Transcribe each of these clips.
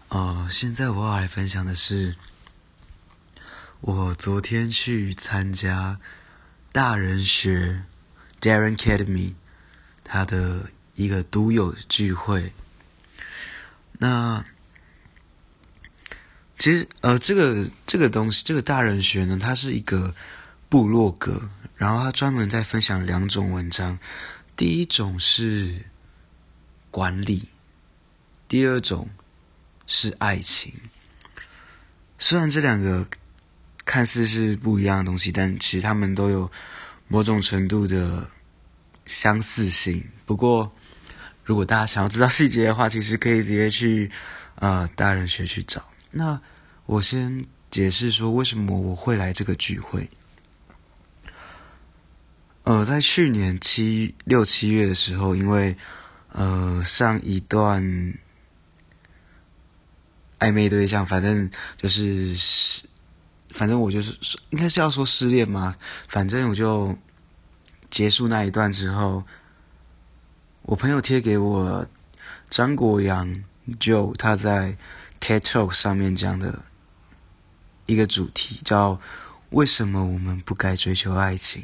现在我要来分享的是，我昨天去参加大人学 Darren Academy 他的一个读友聚会。那其实这个东西，这个大人学呢，它是一个部落格，然后它专门在分享2种文章，第一种是管理，第二种是爱情。虽然这2个看似是不一样的东西，但其实他们都有某种程度的相似性。不过如果大家想要知道细节的话，其实可以直接去大人学去找。那我先解释说为什么我会来这个聚会。在去年6、7月的时候，因为上一段暧昧对象，反正我就是应该是要说失恋嘛，反正我就结束那一段之后，我朋友贴给我张国阳 Joe 他在 TED Talk 上面讲的一个主题，叫为什么我们不该追求爱情。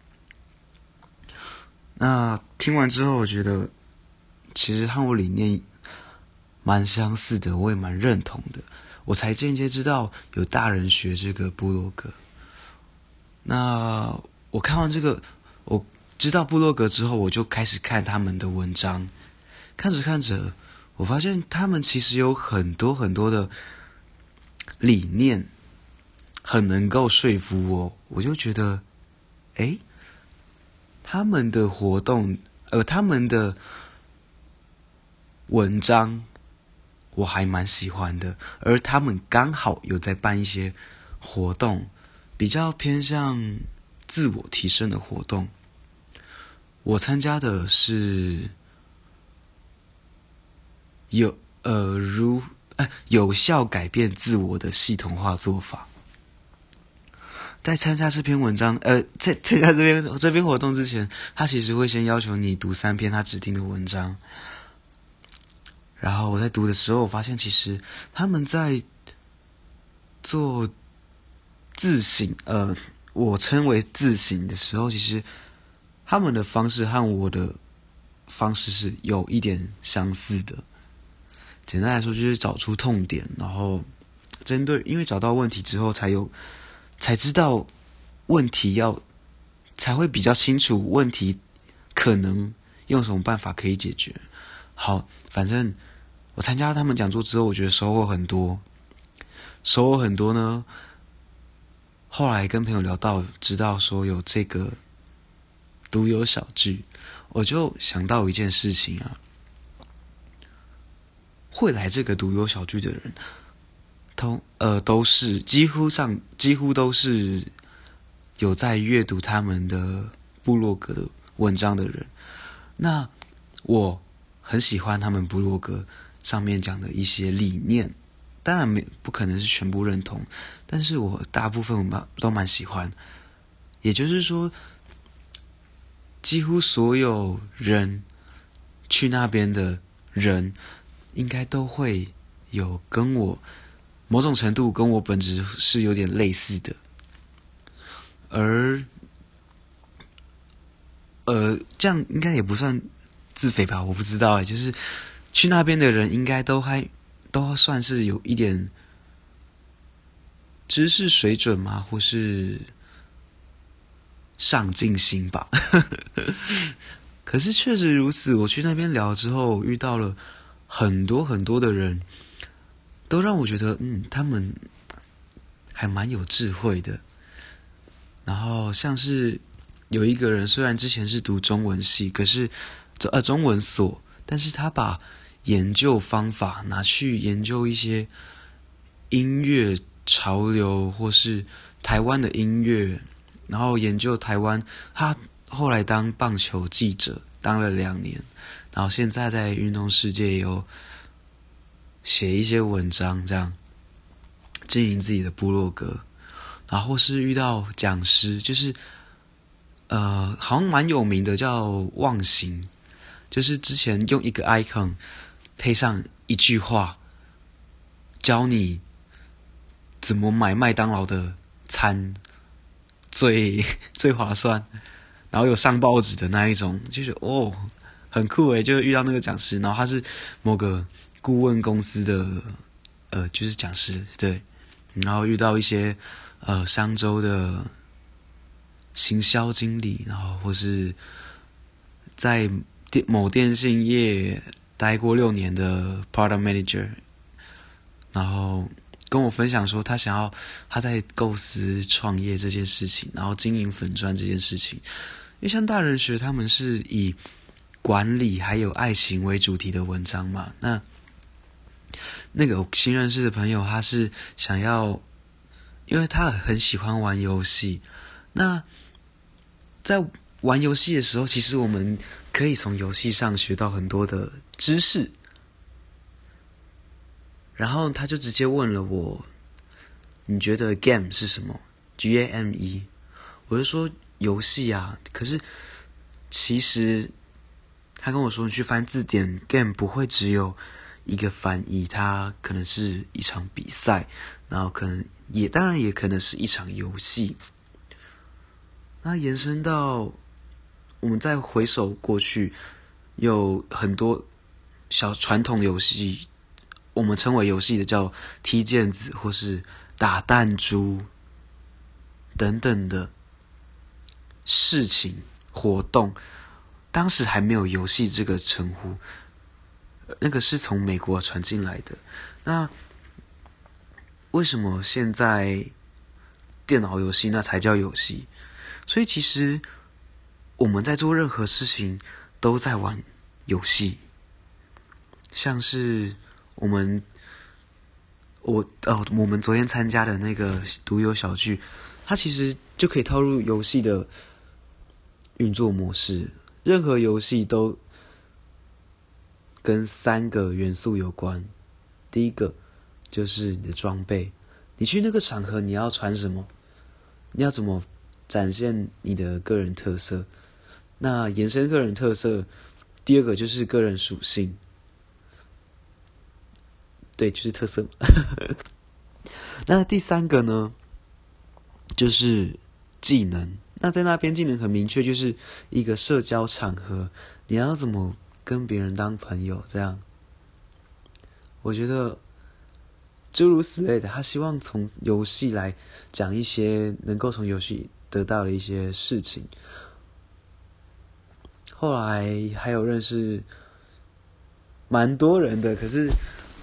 那听完之后，我觉得其实和我理念蛮相似的，我也蛮认同的，我才间接知道有大人学这个部落格。那我看完这个，我知道部落格之后，我就开始看他们的文章，看着看着，我发现他们其实有很多很多的理念很能够说服我，我就觉得他们的活动他们的文章我还蛮喜欢的，而他们刚好有在办一些活动，比较偏向自我提升的活动。我参加的是有效改变自我的系统化做法。在参加这篇文章在参加这篇活动之前，他其实会先要求你读3篇他指定的文章。然后我在读的时候，我发现其实他们在做自省我称为自省的时候，其实他们的方式和我的方式是有一点相似的。简单来说，就是找出痛点，然后因为找到问题之后才知道问题才会比较清楚问题可能用什么办法可以解决。好，反正我参加他们讲座之后，我觉得收获很多呢。后来跟朋友聊到，知道说有这个独有小聚，我就想到一件事情啊，会来这个独有小聚的人，都是几乎都是有在阅读他们的部落格的文章的人。那我很喜欢他们部落格上面讲的一些理念，当然不可能是全部认同，但是我大部分都蛮喜欢。也就是说，几乎所有人去那边的人，应该都会有跟我某种程度跟我本质是有点类似的。而这样应该也不算自肥吧，我不知道就是去那边的人应该都算是有一点知识水准嘛，或是上进心吧。可是确实如此，我去那边聊之后，遇到了很多很多的人，都让我觉得他们还蛮有智慧的。然后像是有一个人，虽然之前是读中文系，可是中文所，但是他把研究方法拿去研究一些音乐潮流或是台湾的音乐，然后研究台湾。他后来当棒球记者当了2年，然后现在在运动世界也有写一些文章，这样经营自己的部落格。然后是遇到讲师，就是好像蛮有名的，叫忘形，就是之前用一个 icon 配上一句话， 教你怎么买麦当劳的餐最划算，然后有上报纸的那一种，就是很酷诶，就遇到那个讲师，然后他是某个顾问公司的就是讲师，对，然后遇到一些商周的行销经理，然后或是在某电信业待过6年的 product manager， 然后跟我分享说他在构思创业这件事情，然后经营粉专这件事情。因为像大人学他们是以管理还有爱情为主题的文章嘛，那个新认识的朋友他是想要，因为他很喜欢玩游戏，那在玩游戏的时候，其实我们可以从游戏上学到很多的知识。然后他就直接问了我，你觉得 game 是什么？ GAME。 我就说游戏啊，可是其实他跟我说，你去翻字典， game 不会只有一个翻译，它可能是一场比赛，然后当然也可能是一场游戏。那延伸到我们再回首过去，有很多小传统游戏，我们称为游戏的叫踢毽子或是打弹珠等等的事情活动，当时还没有游戏这个称呼，那个是从美国传进来的。那为什么现在电脑游戏那才叫游戏？所以其实我们在做任何事情都在玩游戏，像是我们昨天参加的那个独有小聚，它其实就可以套入游戏的运作模式。任何游戏都跟3个元素有关。第一个就是你的装备，你去那个场合你要穿什么，你要怎么展现你的个人特色。那延伸个人特色，第二个就是个人属性，对，就是特色。那第3个呢，就是技能。那在那边技能很明确，就是一个社交场合，你要怎么跟别人当朋友，这样。我觉得诸如此类的，他希望从游戏来讲一些能够从游戏得到的一些事情。后来还有认识蛮多人的，可是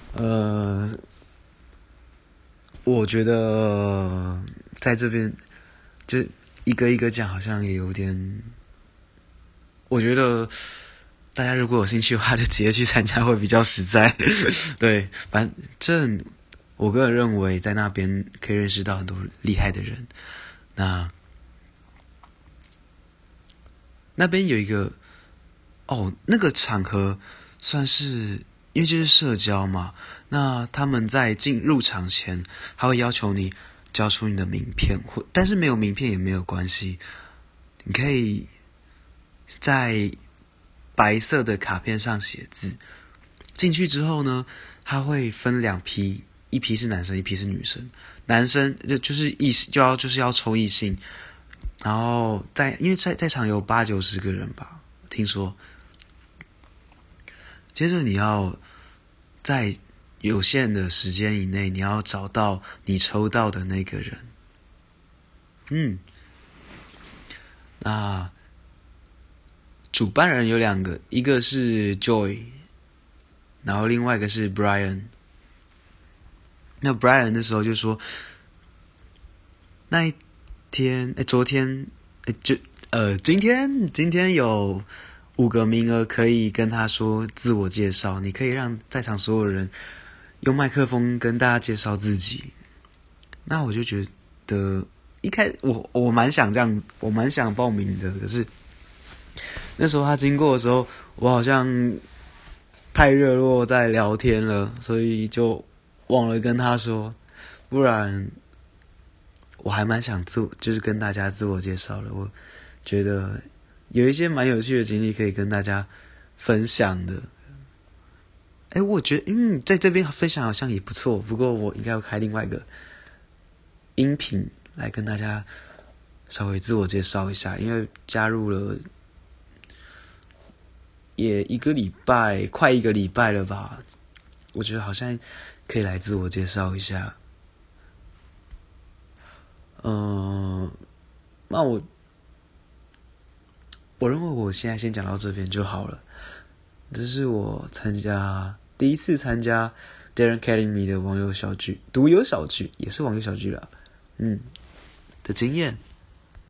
我觉得在这边就一个一个讲，好像也有点，我觉得大家如果有兴趣的话，就直接去参加会比较实在。对，反正我个人认为在那边可以认识到很多厉害的人。那边有一个那个场合算是因为就是社交嘛，那他们在入场前还会要求你交出你的名片，但是没有名片也没有关系，你可以在白色的卡片上写字。进去之后呢，他会分2批，一批是男生，一批是女生。男生就是要抽异性，然后因为在场有80-90个人吧，听说。接着你要在有限的时间以内，你要找到你抽到的那个人。那主办人有2个，一个是 Joy， 然后另外一个是 Brian。那 Brian 那时候就说，那一天，昨天，今天有5个名额可以跟他说自我介绍，你可以让在场所有人用麦克风跟大家介绍自己。那我就觉得我蛮想这样，我蛮想报名的，可是那时候他经过的时候，我好像太热络在聊天了，所以就忘了跟他说，不然我还蛮想就是跟大家自我介绍的。我觉得有一些蛮有趣的经历可以跟大家分享的。 我觉得在这边分享好像也不错，不过我应该要开另外一个音频来跟大家稍微自我介绍一下，因为加入了也快一个礼拜了吧，我觉得好像可以来自我介绍一下。那我认为我现在先讲到这边就好了。这是我第一次参加 Darren Academy 的网友小聚，独有小聚，也是网友小聚啦，的经验。